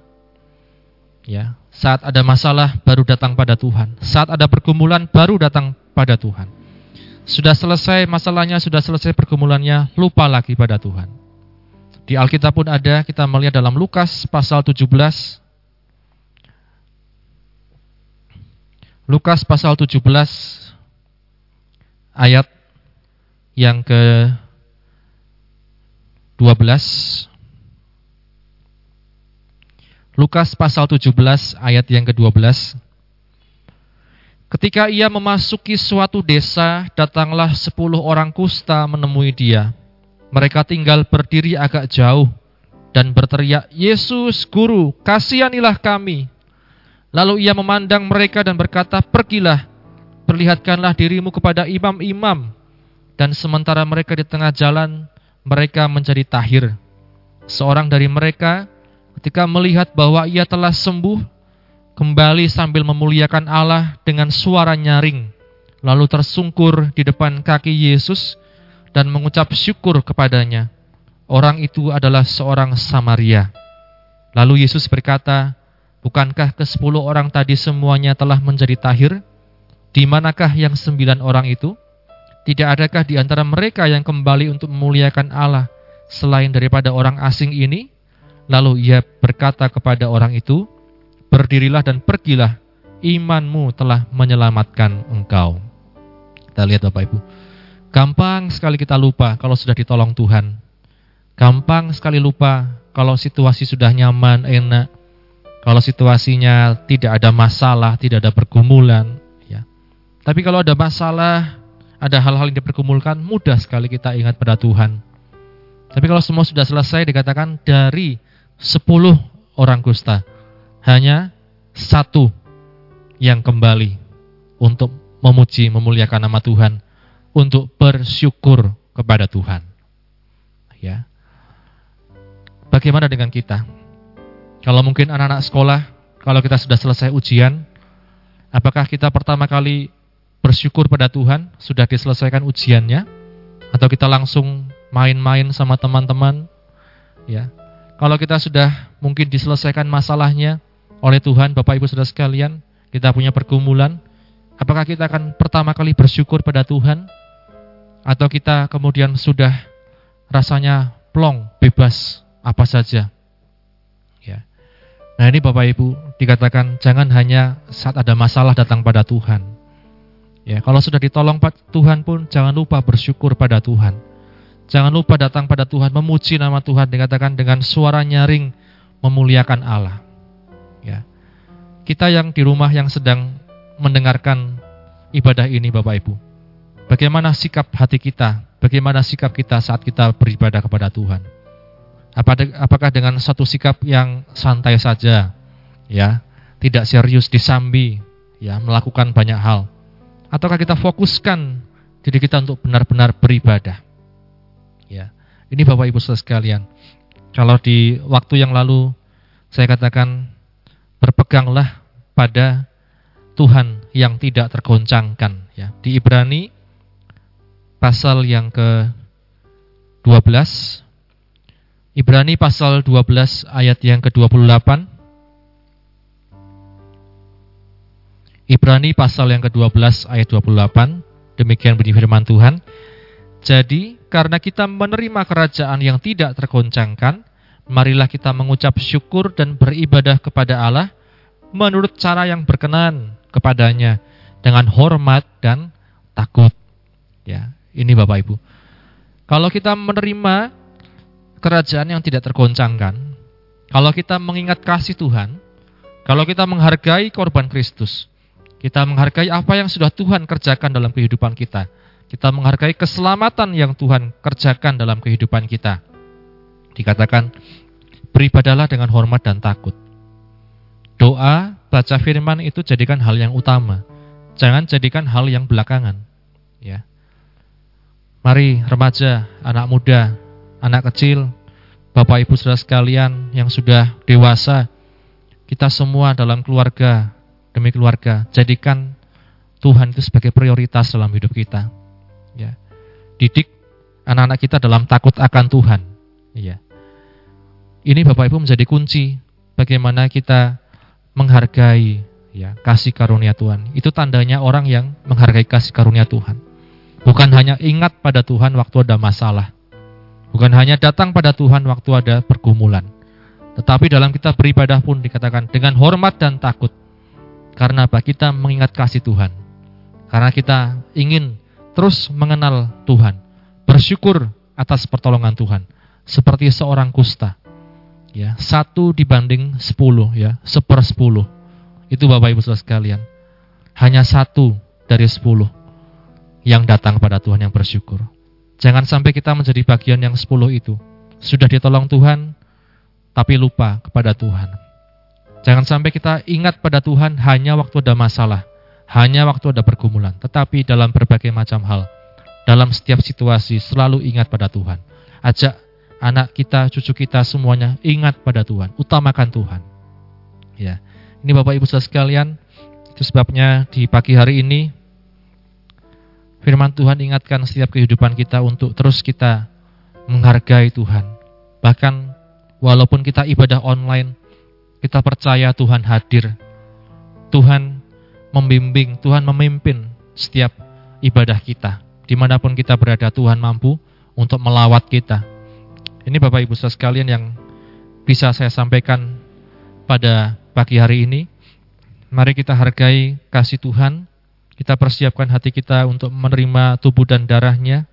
Ya, saat ada masalah baru datang pada Tuhan. Saat ada pergumulan baru datang pada Tuhan. Sudah selesai masalahnya, sudah selesai pergumulannya, lupa lagi pada Tuhan. Di Alkitab pun ada, kita melihat dalam Lukas pasal tujuh belas. Lukas pasal tujuh belas ayat yang ke dua belas. Lukas pasal tujuh belas ayat yang ke dua belas. Ketika ia memasuki suatu desa, datanglah sepuluh orang kusta menemui dia. Mereka tinggal berdiri agak jauh dan berteriak, "Yesus, Guru, kasihanilah kami." Lalu ia memandang mereka dan berkata, "Pergilah, perlihatkanlah dirimu kepada imam-imam, dan sementara mereka di tengah jalan, mereka menjadi tahir. Seorang dari mereka ketika melihat bahwa ia telah sembuh, kembali sambil memuliakan Allah dengan suara nyaring, lalu tersungkur di depan kaki Yesus dan mengucap syukur kepadanya. Orang itu adalah seorang Samaria. Lalu Yesus berkata, bukankah kesepuluh orang tadi semuanya telah menjadi tahir? Di manakah yang sembilan orang itu? Tidak adakah di antara mereka yang kembali untuk memuliakan Allah selain daripada orang asing ini? Lalu ia berkata kepada orang itu, berdirilah dan pergilah, imanmu telah menyelamatkan engkau. Kita lihat Bapak Ibu, gampang sekali kita lupa kalau sudah ditolong Tuhan. Gampang sekali lupa kalau situasi sudah nyaman, enak. Kalau situasinya tidak ada masalah, tidak ada pergumulan. Ya. Tapi kalau ada masalah, ada hal-hal yang dipergumulkan, mudah sekali kita ingat pada Tuhan. Tapi kalau semua sudah selesai, dikatakan dari sepuluh orang kusta, hanya satu yang kembali untuk memuji, memuliakan nama Tuhan, untuk bersyukur kepada Tuhan. Ya. Bagaimana dengan kita? Kalau mungkin anak-anak sekolah, kalau kita sudah selesai ujian, apakah kita pertama kali bersyukur pada Tuhan, sudah diselesaikan ujiannya? Atau kita langsung main-main sama teman-teman? Ya. Kalau kita sudah mungkin diselesaikan masalahnya oleh Tuhan, Bapak Ibu Saudara sekalian, kita punya pergumulan, apakah kita akan pertama kali bersyukur pada Tuhan? Atau kita kemudian sudah rasanya plong, bebas, apa saja? Ya. Nah ini Bapak Ibu, dikatakan jangan hanya saat ada masalah datang pada Tuhan. Ya, kalau sudah ditolong Tuhan pun jangan lupa bersyukur pada Tuhan. Jangan lupa datang pada Tuhan, memuji nama Tuhan, dikatakan dengan suara nyaring memuliakan Allah. Ya. Kita yang di rumah yang sedang mendengarkan ibadah ini Bapak Ibu, bagaimana sikap hati kita, bagaimana sikap kita saat kita beribadah kepada Tuhan? Apakah dengan satu sikap yang santai saja, ya, tidak serius, disambi, ya, melakukan banyak hal? Ataukah kita fokuskan diri kita untuk benar-benar beribadah? Ya, ini Bapak Ibu Saudara sekalian. Kalau di waktu yang lalu saya katakan berpeganglah pada Tuhan yang tidak tergoncangkan. Ya, di Ibrani pasal yang ke dua belas. Ibrani pasal dua belas ayat yang ke dua puluh delapan. Ibrani pasal yang ke dua belas ayat dua puluh delapan. Demikian bunyi firman Tuhan. Jadi, karena kita menerima kerajaan yang tidak tergoncangkan, marilah kita mengucap syukur dan beribadah kepada Allah menurut cara yang berkenan kepadanya dengan hormat dan takut. Ya, ini Bapak Ibu. Kalau kita menerima kerajaan yang tidak tergoncangkan, kalau kita mengingat kasih Tuhan, kalau kita menghargai korban Kristus, kita menghargai apa yang sudah Tuhan kerjakan dalam kehidupan kita, kita menghargai keselamatan yang Tuhan kerjakan dalam kehidupan kita, dikatakan beribadahlah dengan hormat dan takut. Doa, baca firman itu jadikan hal yang utama, jangan jadikan hal yang belakangan. Ya. Mari remaja, anak muda, anak kecil, Bapak Ibu Saudara sekalian yang sudah dewasa, kita semua dalam keluarga demi keluarga, jadikan Tuhan itu sebagai prioritas dalam hidup kita. Ya. Didik anak-anak kita dalam takut akan Tuhan. Ya. Ini Bapak Ibu menjadi kunci bagaimana kita menghargai, ya, kasih karunia Tuhan. Itu tandanya orang yang menghargai kasih karunia Tuhan. Bukan hanya ingat pada Tuhan waktu ada masalah. Bukan hanya datang pada Tuhan waktu ada pergumulan. Tetapi dalam kita beribadah pun dikatakan dengan hormat dan takut. Karena apa? Kita mengingat kasih Tuhan. Karena kita ingin terus mengenal Tuhan. Bersyukur atas pertolongan Tuhan. Seperti seorang kusta. Ya, satu dibanding sepuluh, ya, seper sepuluh. Itu Bapak Ibu Saudara sekalian. Hanya satu dari sepuluh yang datang pada Tuhan yang bersyukur. Jangan sampai kita menjadi bagian yang sepuluh itu. Sudah ditolong Tuhan, tapi lupa kepada Tuhan. Jangan sampai kita ingat pada Tuhan hanya waktu ada masalah, hanya waktu ada pergumulan, tetapi dalam berbagai macam hal, dalam setiap situasi selalu ingat pada Tuhan. Ajak anak kita, cucu kita semuanya ingat pada Tuhan, utamakan Tuhan. Ya, ini Bapak Ibu Saudara sekalian, itu sebabnya di pagi hari ini firman Tuhan ingatkan setiap kehidupan kita untuk terus kita menghargai Tuhan. Bahkan walaupun kita ibadah online, kita percaya Tuhan hadir. Tuhan membimbing, Tuhan memimpin setiap ibadah kita. Dimanapun kita berada, Tuhan mampu untuk melawat kita. Ini Bapak Ibu Saudara sekalian yang bisa saya sampaikan pada pagi hari ini. Mari kita hargai kasih Tuhan. Kita persiapkan hati kita untuk menerima tubuh dan darahnya.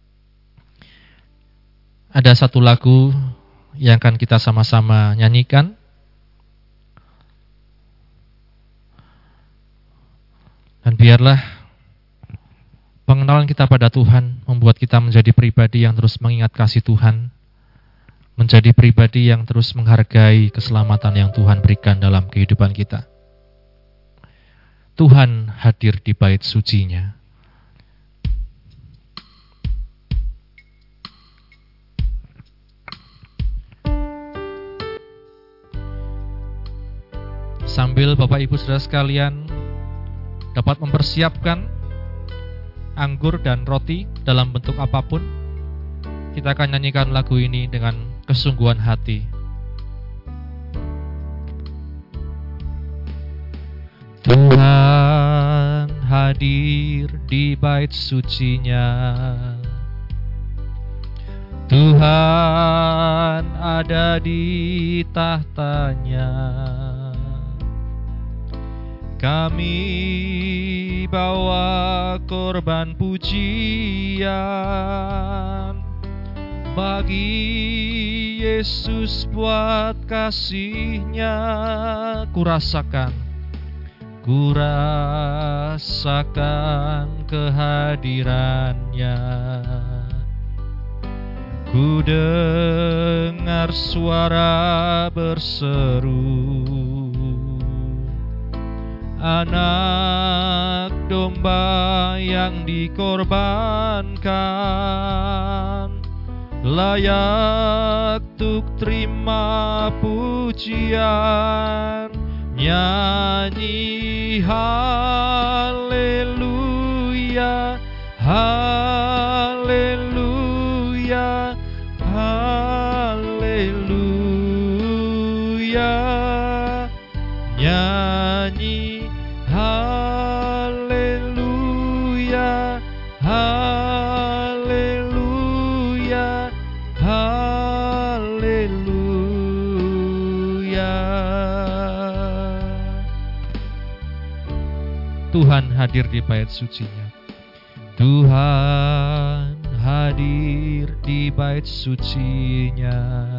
Ada satu lagu yang akan kita sama-sama nyanyikan. Dan biarlah pengenalan kita pada Tuhan membuat kita menjadi pribadi yang terus mengingat kasih Tuhan, menjadi pribadi yang terus menghargai keselamatan yang Tuhan berikan dalam kehidupan kita. Tuhan hadir di bait suci-Nya. Sambil Bapak Ibu Saudara sekalian dapat mempersiapkan anggur dan roti dalam bentuk apapun, kita akan nyanyikan lagu ini dengan kesungguhan hati. Tuhan hadir di bait suci-Nya, Tuhan ada di tahtanya. Kami bawa korban pujian bagi Yesus buat kasih-Nya. Kurasakan, kurasakan kehadiran-Nya. Ku dengar suara berseru, anak domba yang dikorbankan, layak tuk terima pujian. Nyanyi haleluya, haleluya, haleluya. Nyanyi haleluya, haleluya, haleluya. Tuhan hadir di bait suci-Nya. Tuhan hadir di bait suci-Nya.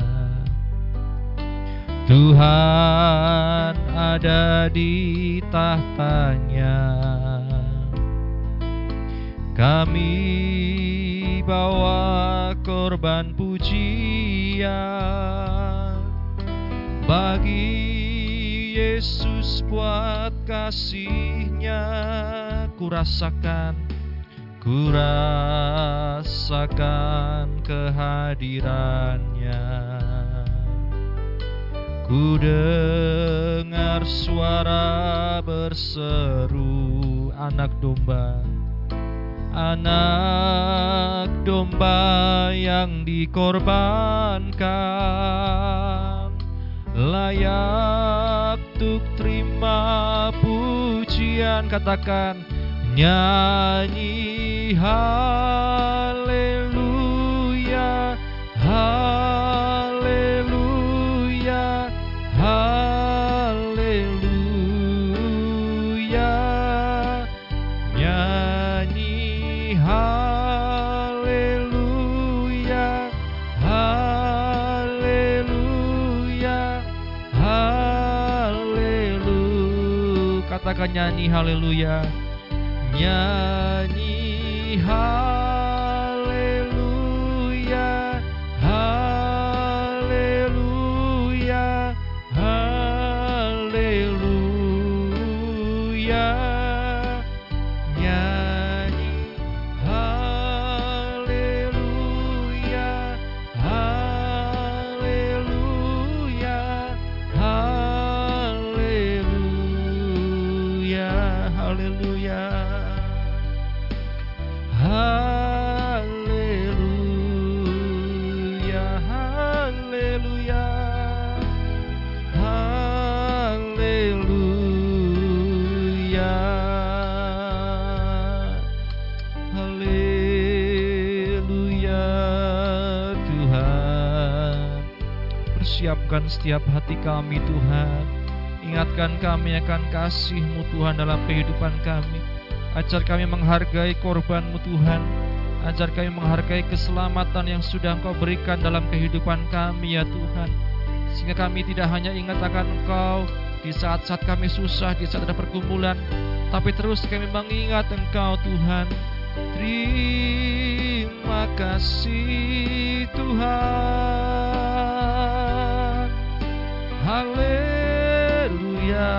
Tuhan ada di tahtanya. Kami bawa korban pujian bagi Yesus buat kasih-Nya. Kurasakan, kurasakan kehadiran-Nya. Ku dengar suara berseru, anak domba, anak domba yang dikorbankan, layak tuk terima pujian. Katakan, nyanyi haleluya, haleluya, haleluya. Nyanyi haleluya, haleluya, haleluya. Katakan, nyanyi haleluya, nyanyi haleluya, haleluya, haleluya. Siapkan setiap hati kami Tuhan. Ingatkan kami akan kasih-Mu Tuhan dalam kehidupan kami. Ajar kami menghargai korban-Mu Tuhan. Ajar kami menghargai keselamatan yang sudah Engkau berikan dalam kehidupan kami ya Tuhan. Sehingga kami tidak hanya ingat akan Engkau di saat-saat kami susah, di saat ada pergumulan, tapi terus kami mengingat Engkau Tuhan. Terima kasih Tuhan. Haleluya.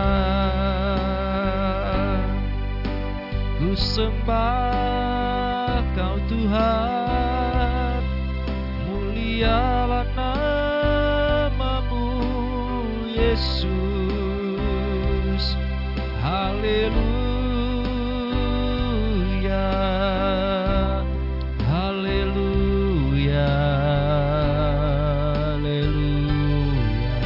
Ku sembah Kau Tuhan, mulialah nama-Mu Yesus. Haleluya. Haleluya. Haleluya.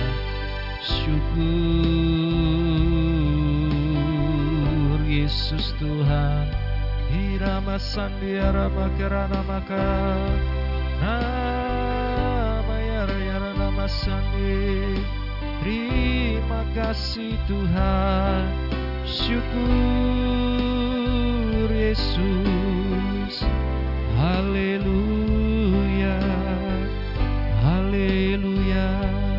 Syukur Yesus Tuhan. Hirama sandiara makarana maka nama yara yara nama sandi. Terima kasih Tuhan. Syukur Yesus. Haleluya. Haleluya.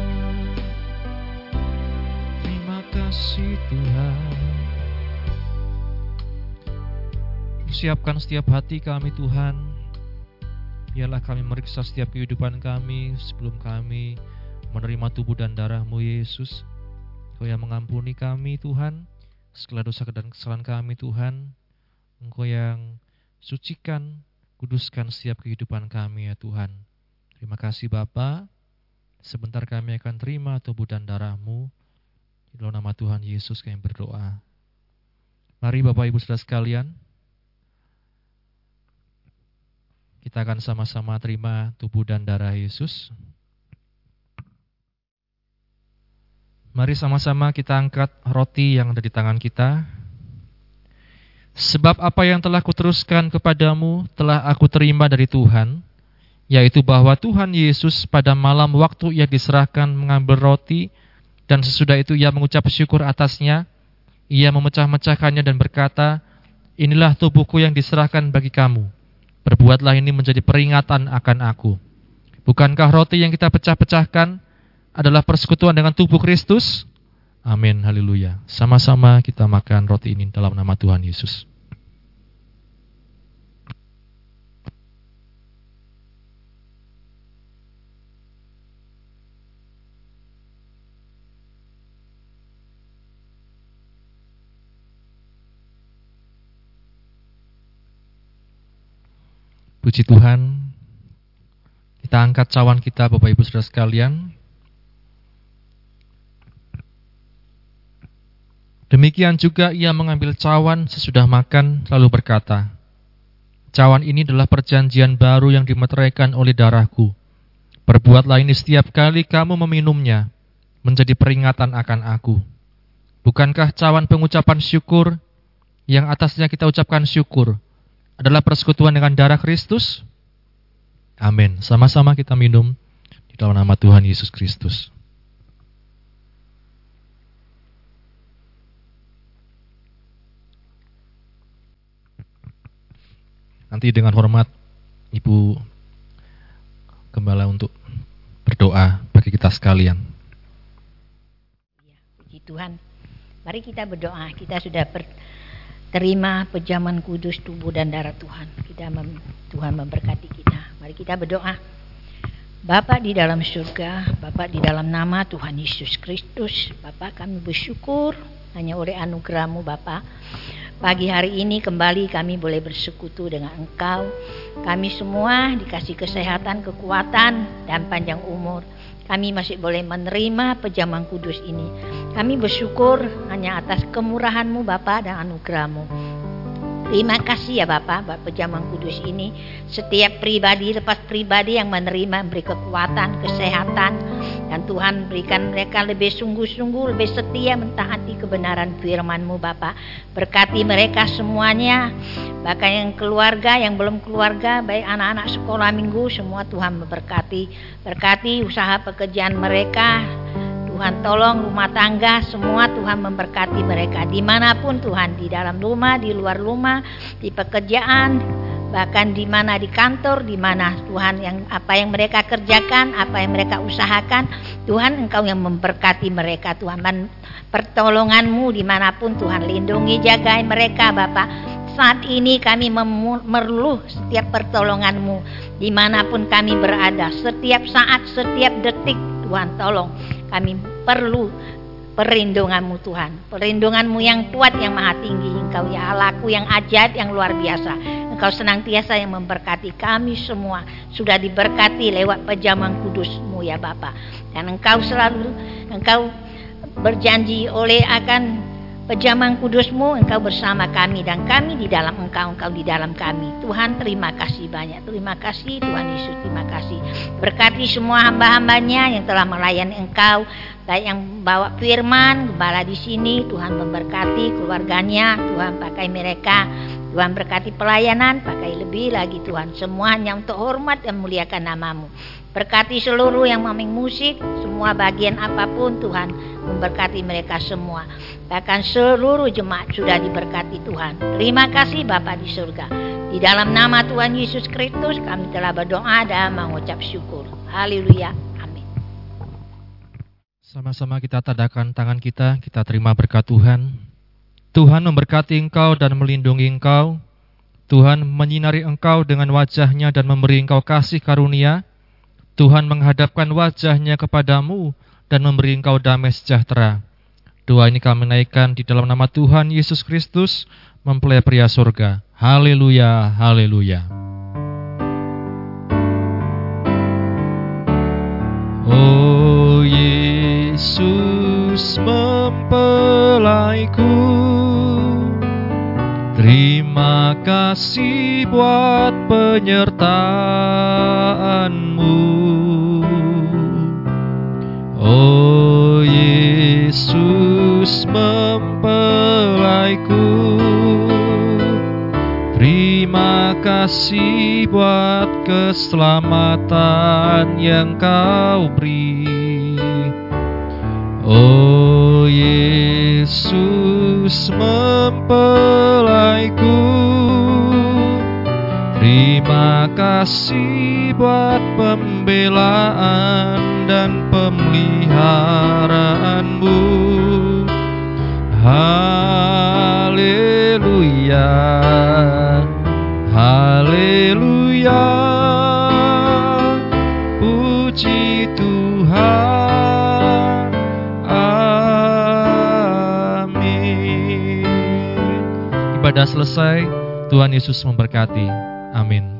Terima kasih Tuhan. Siapkan setiap hati kami Tuhan. Biarlah kami meriksa setiap kehidupan kami sebelum kami menerima tubuh dan darah-Mu Yesus. Engkau yang mengampuni kami Tuhan segala dosa dan kesalahan kami Tuhan. Engkau yang sucikan, kuduskan setiap kehidupan kami ya Tuhan. Terima kasih Bapa. Sebentar kami akan terima tubuh dan darah-Mu. Di dalam nama Tuhan Yesus kami berdoa. Mari Bapak Ibu Saudara sekalian, kita akan sama-sama terima tubuh dan darah Yesus. Mari sama-sama kita angkat roti yang ada di tangan kita. Sebab apa yang telah kuteruskan kepadamu telah aku terima dari Tuhan, yaitu bahwa Tuhan Yesus pada malam waktu Ia diserahkan mengambil roti, dan sesudah itu Ia mengucap syukur atasnya, Ia memecah-mecahkannya dan berkata, inilah tubuhku yang diserahkan bagi kamu. Perbuatlah ini menjadi peringatan akan aku. Bukankah roti yang kita pecah-pecahkan adalah persekutuan dengan tubuh Kristus? Amin, haleluya. Sama-sama kita makan roti ini dalam nama Tuhan Yesus. Puji Tuhan. Kita angkat cawan kita Bapak Ibu Saudara sekalian. Demikian juga Ia mengambil cawan sesudah makan lalu berkata, cawan ini adalah perjanjian baru yang dimeteraikan oleh darahku. Perbuatlah ini setiap kali kamu meminumnya, menjadi peringatan akan aku. Bukankah cawan pengucapan syukur yang atasnya kita ucapkan syukur adalah persekutuan dengan darah Kristus? Amin. Sama-sama kita minum di dalam nama Tuhan Yesus Kristus. Nanti dengan hormat Ibu Gembala untuk berdoa bagi kita sekalian. Ya, puji Tuhan. Mari kita berdoa. Kita sudah ber, terima pejaman kudus tubuh dan darah Tuhan. Kita mem, Tuhan memberkati kita. Mari kita berdoa. Bapa di dalam surga, Bapa di dalam nama Tuhan Yesus Kristus, Bapa kami bersyukur hanya oleh anugerah-Mu Bapa. Pagi hari ini kembali kami boleh bersekutu dengan Engkau. Kami semua dikasih kesehatan, kekuatan, dan panjang umur. Kami masih boleh menerima pejaman kudus ini. Kami bersyukur hanya atas kemurahan-Mu Bapa dan anugerah-Mu. Terima kasih ya Bapak, buat pejaman kudus ini. Setiap pribadi lepas pribadi yang menerima, beri kekuatan, kesehatan, dan Tuhan berikan mereka lebih sungguh-sungguh, lebih setia mentaati kebenaran firman-Mu Bapak. Berkati mereka semuanya, bahkan yang keluarga, yang belum keluarga, baik anak-anak sekolah minggu, semua Tuhan memberkati. Berkati usaha pekerjaan mereka, Tuhan tolong rumah tangga, semua Tuhan memberkati mereka dimanapun Tuhan, di dalam rumah, di luar rumah, di pekerjaan, bahkan di mana di kantor, di mana Tuhan yang apa yang mereka kerjakan, apa yang mereka usahakan, Tuhan Engkau yang memberkati mereka Tuhan, dan pertolongan-Mu dimanapun Tuhan, lindungi, jagai mereka Bapak. Saat ini kami memerlukan setiap pertolongan-Mu dimanapun kami berada, setiap saat, setiap detik Tuhan tolong. Kami perlu perlindungan-Mu Tuhan, perlindungan-Mu yang kuat, yang maha tinggi. Engkau ya Allahku yang ajaib, yang luar biasa. Engkau senantiasa yang memberkati kami semua. Sudah diberkati lewat pejaman kudus-Mu ya Bapa. Dan Engkau selalu, Engkau berjanji oleh akan pejaman kudus-Mu, Engkau bersama kami dan kami di dalam Engkau, Engkau di dalam kami. Tuhan terima kasih banyak. Terima kasih Tuhan Yesus, terima kasih. Berkati semua hamba-hambanya yang telah melayani Engkau, baik yang bawa firman, gembala di sini, Tuhan memberkati keluarganya, Tuhan pakai mereka, Tuhan berkati pelayanan, pakai lebih lagi Tuhan, semuanya untuk hormat dan muliakan nama-Mu. Berkati seluruh yang memimpin musik, semua bagian apapun Tuhan, memberkati mereka semua. Bahkan seluruh jemaat sudah diberkati Tuhan. Terima kasih Bapa di surga. Di dalam nama Tuhan Yesus Kristus kami telah berdoa dan mengucap syukur. Haleluya. Amin. Sama-sama kita tadakan tangan kita, kita terima berkat Tuhan. Tuhan memberkati engkau dan melindungi engkau. Tuhan menyinari engkau dengan wajah-Nya dan memberi engkau kasih karunia. Tuhan menghadapkan wajah-Nya kepadamu dan memberi engkau damai sejahtera. Doa ini kami naikkan di dalam nama Tuhan Yesus Kristus, mempelai pria surga. Haleluya, haleluya. Oh Yesus mempelaiku, terima kasih buat penyertaan-Mu. Oh Yesus mempelaiku, terima kasih buat keselamatan yang Kau beri. Oh Yesus mempelaiku, terima kasih buat pembelaan dan pemeliharaanmu. Haleluya, haleluya, puji Tuhan, amin. Ibadah selesai, Tuhan Yesus memberkati. Amin.